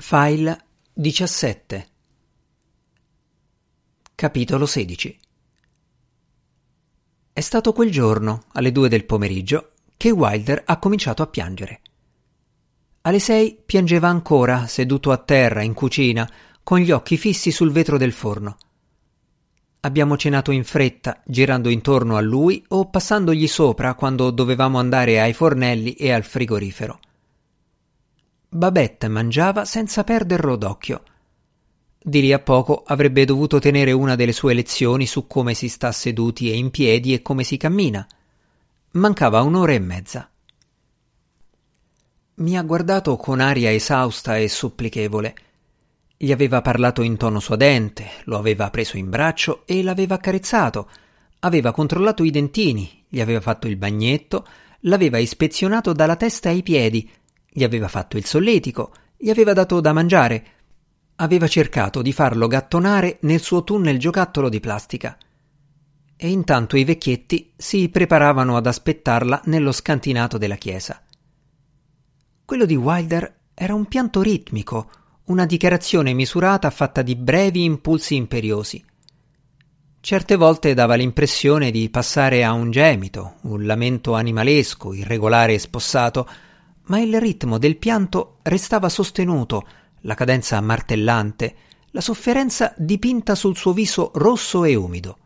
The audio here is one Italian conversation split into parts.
File 17. Capitolo 16. È stato quel giorno, alle 2 del pomeriggio, che Wilder ha cominciato a piangere. Alle 6 piangeva ancora, seduto a terra in cucina, con gli occhi fissi sul vetro del forno. Abbiamo cenato in fretta, girando intorno a lui o passandogli sopra quando dovevamo andare ai fornelli e al frigorifero. Babette mangiava senza perderlo d'occhio. Di lì a poco avrebbe dovuto tenere una delle sue lezioni su come si sta seduti e in piedi e come si cammina. Mancava 1 ora e mezza. Mi ha guardato con aria esausta e supplichevole. Gli aveva parlato in tono suadente, lo aveva preso in braccio e l'aveva accarezzato, aveva controllato i dentini, gli aveva fatto il bagnetto, l'aveva ispezionato dalla testa ai piedi, gli aveva fatto il solletico, gli aveva dato da mangiare, aveva cercato di farlo gattonare nel suo tunnel giocattolo di plastica. E intanto i vecchietti si preparavano ad aspettarla nello scantinato della chiesa. Quello di Wilder era un pianto ritmico, una dichiarazione misurata fatta di brevi impulsi imperiosi. Certe volte dava l'impressione di passare a un gemito, un lamento animalesco, irregolare e spossato, ma il ritmo del pianto restava sostenuto, la cadenza martellante, la sofferenza dipinta sul suo viso rosso e umido.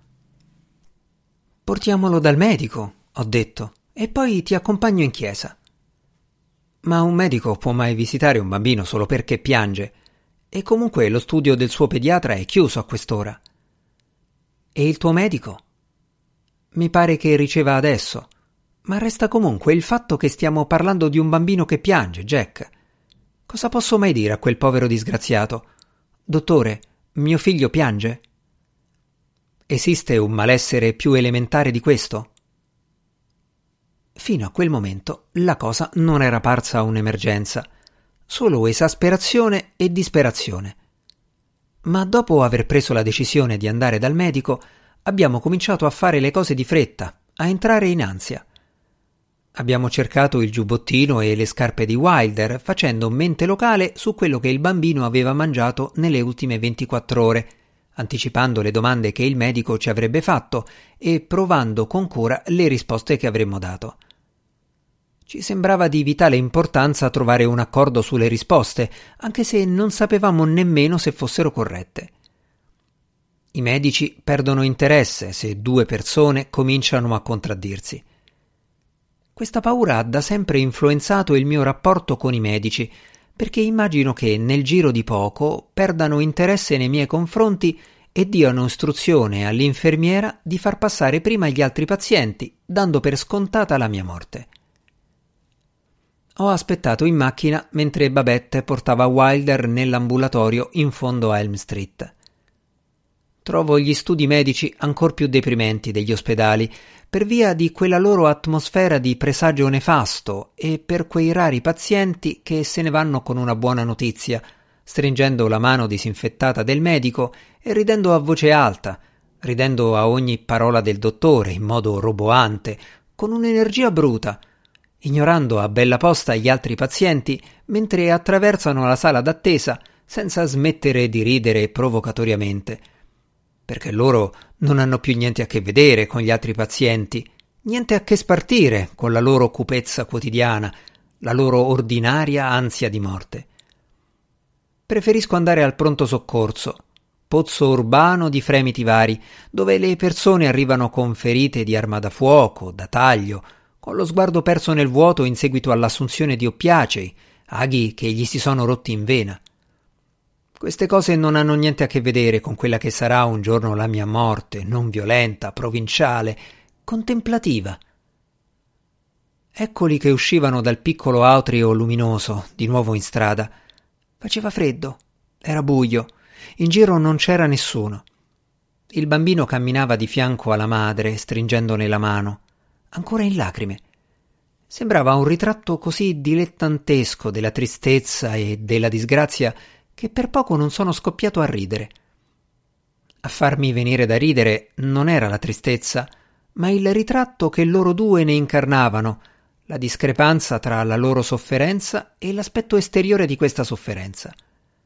«Portiamolo dal medico», ho detto, «e poi ti accompagno in chiesa». Ma un medico può mai visitare un bambino solo perché piange, e comunque lo studio del suo pediatra è chiuso a quest'ora. «E il tuo medico?» «Mi pare che riceva adesso. Ma resta comunque il fatto che stiamo parlando di un bambino che piange, Jack. Cosa posso mai dire a quel povero disgraziato? Dottore, mio figlio piange?» «Esiste un malessere più elementare di questo?» Fino a quel momento la cosa non era parsa un'emergenza, solo esasperazione e disperazione. Ma dopo aver preso la decisione di andare dal medico, abbiamo cominciato a fare le cose di fretta, a entrare in ansia. Abbiamo cercato il giubbottino e le scarpe di Wilder, facendo mente locale su quello che il bambino aveva mangiato nelle ultime 24 ore, anticipando le domande che il medico ci avrebbe fatto e provando con cura le risposte che avremmo dato. Ci sembrava di vitale importanza trovare un accordo sulle risposte, anche se non sapevamo nemmeno se fossero corrette. I medici perdono interesse se 2 persone cominciano a contraddirsi. Questa paura ha da sempre influenzato il mio rapporto con i medici, perché immagino che nel giro di poco perdano interesse nei miei confronti e diano istruzione all'infermiera di far passare prima gli altri pazienti, dando per scontata la mia morte. Ho aspettato in macchina mentre Babette portava Wilder nell'ambulatorio in fondo a Elm Street. Trovo gli studi medici ancor più deprimenti degli ospedali, per via di quella loro atmosfera di presagio nefasto e per quei rari pazienti che se ne vanno con una buona notizia, stringendo la mano disinfettata del medico e ridendo a voce alta, ridendo a ogni parola del dottore in modo roboante, con un'energia bruta, ignorando a bella posta gli altri pazienti mentre attraversano la sala d'attesa senza smettere di ridere provocatoriamente, perché loro non hanno più niente a che vedere con gli altri pazienti, niente a che spartire con la loro cupezza quotidiana, la loro ordinaria ansia di morte. Preferisco andare al pronto soccorso, pozzo urbano di fremiti vari, dove le persone arrivano con ferite di arma da fuoco, da taglio, con lo sguardo perso nel vuoto in seguito all'assunzione di oppiacei, aghi che gli si sono rotti in vena. Queste cose non hanno niente a che vedere con quella che sarà un giorno la mia morte, non violenta, provinciale, contemplativa. Eccoli che uscivano dal piccolo atrio luminoso, di nuovo in strada. Faceva freddo, era buio, in giro non c'era nessuno. Il bambino camminava di fianco alla madre, stringendone la mano, ancora in lacrime. Sembrava un ritratto così dilettantesco della tristezza e della disgrazia che per poco non sono scoppiato a ridere. A farmi venire da ridere non era la tristezza, ma il ritratto che loro due ne incarnavano, la discrepanza tra la loro sofferenza e l'aspetto esteriore di questa sofferenza.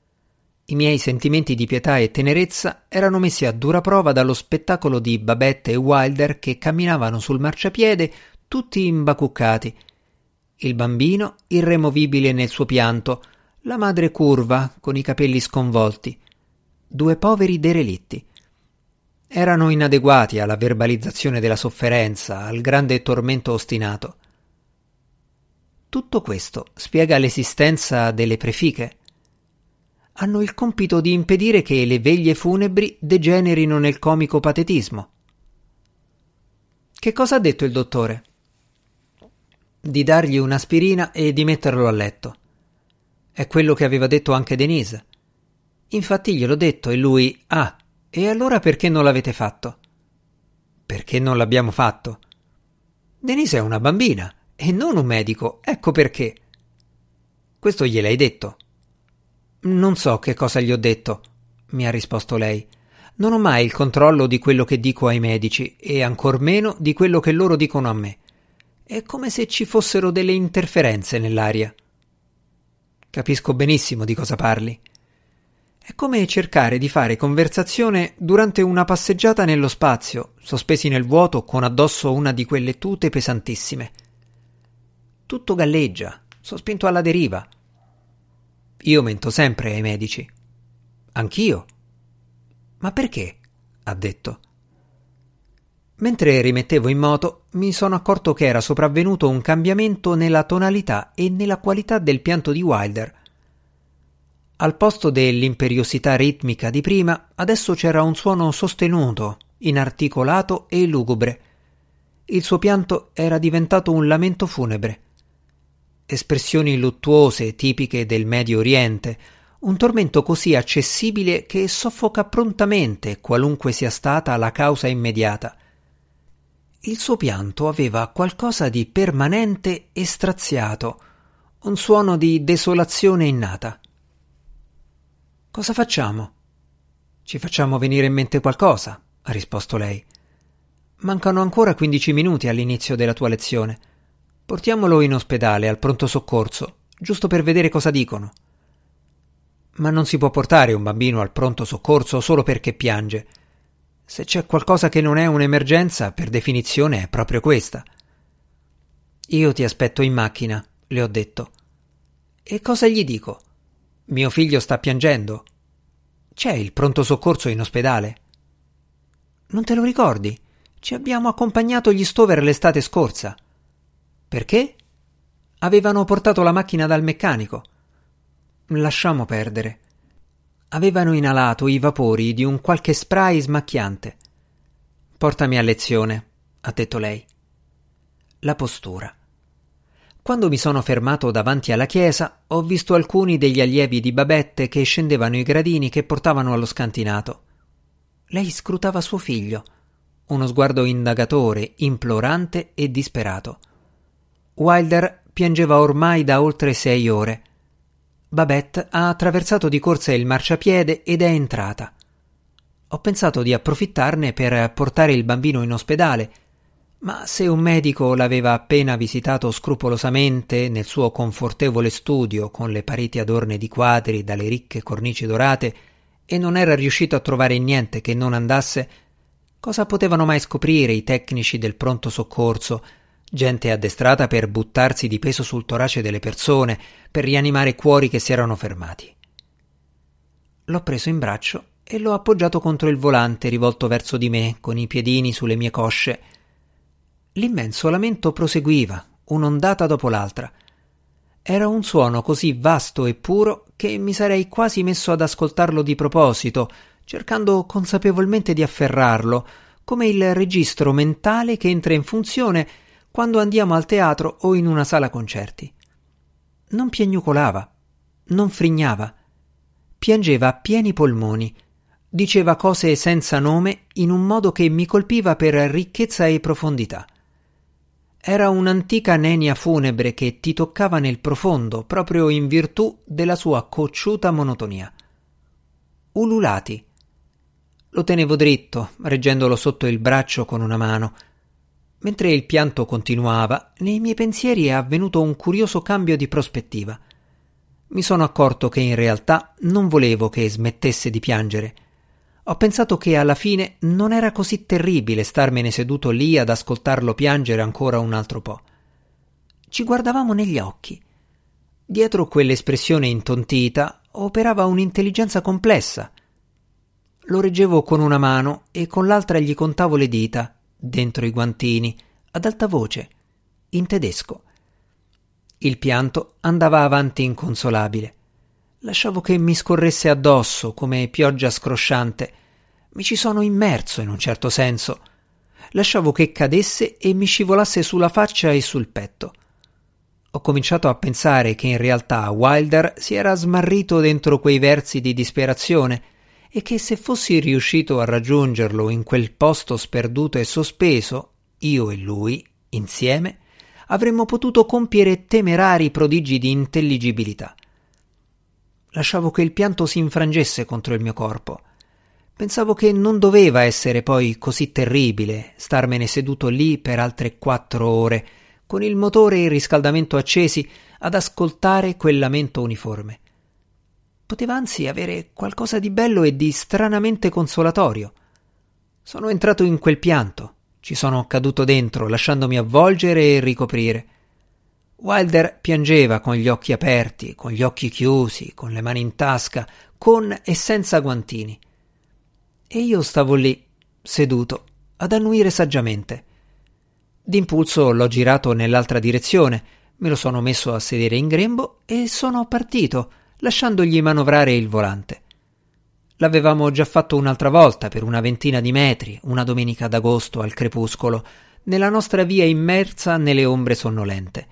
I miei sentimenti di pietà e tenerezza erano messi a dura prova dallo spettacolo di Babette e Wilder che camminavano sul marciapiede tutti imbacuccati. Il bambino irremovibile nel suo pianto, la madre curva con i capelli sconvolti. 2 poveri derelitti. Erano inadeguati alla verbalizzazione della sofferenza, al grande tormento ostinato. Tutto questo spiega l'esistenza delle prefiche. Hanno il compito di impedire che le veglie funebri degenerino nel comico patetismo. Che cosa ha detto il dottore? Di dargli un'aspirina e di metterlo a letto. È quello che aveva detto anche Denise. Infatti gliel'ho detto e lui: ah, e allora perché non l'avete fatto? Perché non l'abbiamo fatto? Denise è una bambina e non un medico, ecco perché. Questo gliel'hai detto? Non so che cosa gli ho detto, mi ha risposto lei. Non ho mai il controllo di quello che dico ai medici e ancor meno di quello che loro dicono a me. È come se ci fossero delle interferenze nell'aria. Capisco benissimo di cosa parli. È come cercare di fare conversazione durante una passeggiata nello spazio, sospesi nel vuoto con addosso una di quelle tute pesantissime. Tutto galleggia, sospinto alla deriva. Io mento sempre ai medici. Anch'io. Ma perché? Ha detto. Mentre rimettevo in moto, mi sono accorto che era sopravvenuto un cambiamento nella tonalità e nella qualità del pianto di Wilder. Al posto dell'imperiosità ritmica di prima, adesso c'era un suono sostenuto, inarticolato e lugubre. Il suo pianto era diventato un lamento funebre. Espressioni luttuose tipiche del Medio Oriente, un tormento così accessibile che soffoca prontamente qualunque sia stata la causa immediata. Il suo pianto aveva qualcosa di permanente e straziato, un suono di desolazione innata. Cosa facciamo? Ci facciamo venire in mente qualcosa, ha risposto lei. Mancano ancora 15 minuti all'inizio della tua lezione. Portiamolo in ospedale, al pronto soccorso, giusto per vedere cosa dicono. Ma non si può portare un bambino al pronto soccorso solo perché piange. Se c'è qualcosa che non è un'emergenza, per definizione è proprio questa. Io ti aspetto in macchina, le ho detto. E cosa gli dico? Mio figlio sta piangendo. C'è il pronto soccorso in ospedale. Non te lo ricordi? Ci abbiamo accompagnato gli Stover l'estate scorsa. Perché? Avevano portato la macchina dal meccanico. Lasciamo perdere. Avevano inalato i vapori di un qualche spray smacchiante. Portami a lezione, ha detto lei. La postura. Quando mi sono fermato davanti alla chiesa, ho visto alcuni degli allievi di Babette che scendevano i gradini che portavano allo scantinato. Lei scrutava suo figlio, uno sguardo indagatore, implorante e disperato. Wilder piangeva ormai da oltre 6 ore. Babette ha attraversato di corsa il marciapiede ed è entrata. Ho pensato di approfittarne per portare il bambino in ospedale, ma se un medico l'aveva appena visitato scrupolosamente nel suo confortevole studio con le pareti adorne di quadri dalle ricche cornici dorate e non era riuscito a trovare niente che non andasse, cosa potevano mai scoprire i tecnici del pronto soccorso, gente addestrata per buttarsi di peso sul torace delle persone, per rianimare cuori che si erano fermati? L'ho preso in braccio e l'ho appoggiato contro il volante rivolto verso di me, con i piedini sulle mie cosce. L'immenso lamento proseguiva, un'ondata dopo l'altra. Era un suono così vasto e puro che mi sarei quasi messo ad ascoltarlo di proposito, cercando consapevolmente di afferrarlo, come il registro mentale che entra in funzione quando andiamo al teatro o in una sala concerti. Non piagnucolava, non frignava, piangeva a pieni polmoni, diceva cose senza nome in un modo che mi colpiva per ricchezza e profondità. Era un'antica nenia funebre che ti toccava nel profondo proprio in virtù della sua cocciuta monotonia. Ululati. Lo tenevo dritto, reggendolo sotto il braccio con una mano. Mentre il pianto continuava, nei miei pensieri è avvenuto un curioso cambio di prospettiva. mi sono accorto che in realtà non volevo che smettesse di piangere. Ho pensato che alla fine non era così terribile starmene seduto lì ad ascoltarlo piangere ancora un altro po'. Ci guardavamo negli occhi. Dietro quell'espressione intontita operava un'intelligenza complessa. Lo reggevo con una mano e con l'altra gli contavo le dita, dentro i guantini, ad alta voce, in tedesco. Il pianto andava avanti inconsolabile. Lasciavo che mi scorresse addosso come pioggia scrosciante. Mi ci sono immerso in un certo senso. Lasciavo che cadesse e mi scivolasse sulla faccia e sul petto. Ho cominciato a pensare che in realtà Wilder si era smarrito dentro quei versi di disperazione e che se fossi riuscito a raggiungerlo in quel posto sperduto e sospeso, io e lui, insieme, avremmo potuto compiere temerari prodigi di intelligibilità. Lasciavo che il pianto si infrangesse contro il mio corpo. Pensavo che non doveva essere poi così terribile starmene seduto lì per altre 4 ore, con il motore e il riscaldamento accesi, ad ascoltare quel lamento uniforme. Poteva anzi avere qualcosa di bello e di stranamente consolatorio. Sono entrato in quel pianto, ci sono caduto dentro, lasciandomi avvolgere e ricoprire. Wilder piangeva con gli occhi aperti, con gli occhi chiusi, con le mani in tasca, con e senza guantini. E io stavo lì, seduto, ad annuire saggiamente. D'impulso l'ho girato nell'altra direzione, me lo sono messo a sedere in grembo e sono partito, lasciandogli manovrare il volante. L'avevamo già fatto un'altra volta per una 20 di metri, una domenica d'agosto al crepuscolo, nella nostra via immersa nelle ombre sonnolente.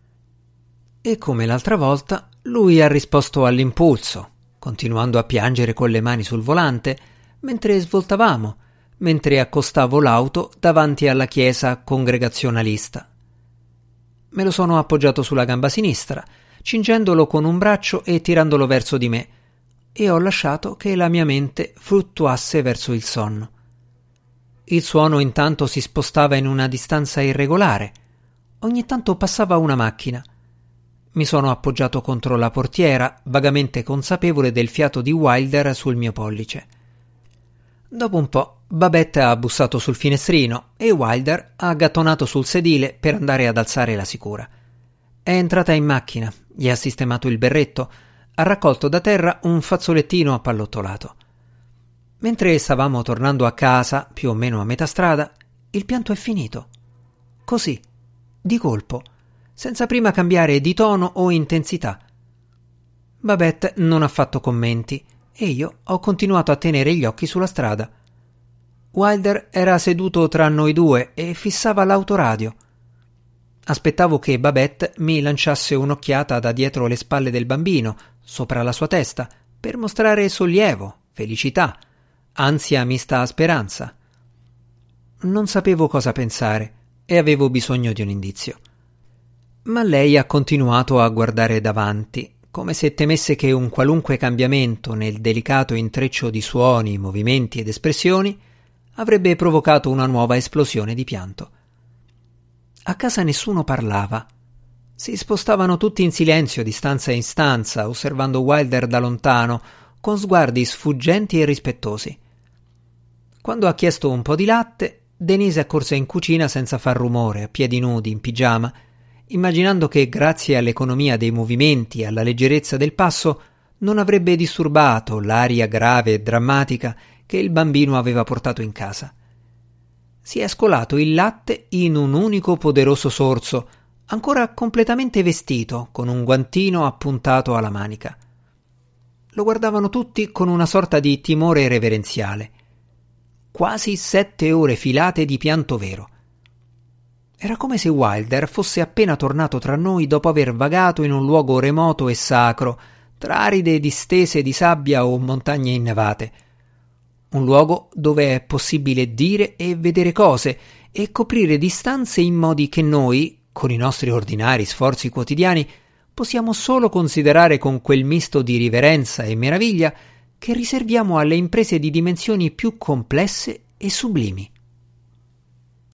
E come l'altra volta, lui ha risposto all'impulso, continuando a piangere con le mani sul volante, mentre svoltavamo, mentre accostavo l'auto davanti alla chiesa congregazionalista. Me lo sono appoggiato sulla gamba sinistra, cingendolo con un braccio e tirandolo verso di me, e ho lasciato che la mia mente fluttuasse verso il sonno. Il suono intanto si spostava in una distanza irregolare. Ogni tanto passava una macchina. Mi sono appoggiato contro la portiera, vagamente consapevole del fiato di Wilder sul mio pollice. Dopo un po' Babette ha bussato sul finestrino e Wilder ha gattonato sul sedile per andare ad alzare la sicura. È entrata in macchina, gli ha sistemato il berretto, ha raccolto da terra un fazzolettino appallottolato. Mentre stavamo tornando a casa, più o meno a metà strada, il pianto è finito. Così, di colpo, senza prima cambiare di tono o intensità. Babette non ha fatto commenti e io ho continuato a tenere gli occhi sulla strada. Wilder era seduto tra noi due e fissava l'autoradio. Aspettavo che Babette mi lanciasse un'occhiata da dietro le spalle del bambino, sopra la sua testa, per mostrare sollievo, felicità, ansia mista a speranza. Non sapevo cosa pensare e avevo bisogno di un indizio. Ma lei ha continuato a guardare davanti, come se temesse che un qualunque cambiamento nel delicato intreccio di suoni, movimenti ed espressioni avrebbe provocato una nuova esplosione di pianto. A casa nessuno parlava. Si spostavano tutti in silenzio di stanza in stanza, osservando Wilder da lontano, con sguardi sfuggenti e rispettosi. Quando ha chiesto un po' di latte, Denise accorse in cucina senza far rumore, a piedi nudi, in pigiama, immaginando che grazie all'economia dei movimenti e alla leggerezza del passo non avrebbe disturbato l'aria grave e drammatica che il bambino aveva portato in casa. Si è scolato il latte in un unico poderoso sorso, ancora completamente vestito, con un guantino appuntato alla manica. Lo guardavano tutti con una sorta di timore reverenziale. Quasi 7 ore filate di pianto vero. Era come se Wilder fosse appena tornato tra noi dopo aver vagato in un luogo remoto e sacro, tra aride distese di sabbia o montagne innevate. Un luogo dove è possibile dire e vedere cose e coprire distanze in modi che noi, con i nostri ordinari sforzi quotidiani, possiamo solo considerare con quel misto di riverenza e meraviglia che riserviamo alle imprese di dimensioni più complesse e sublimi.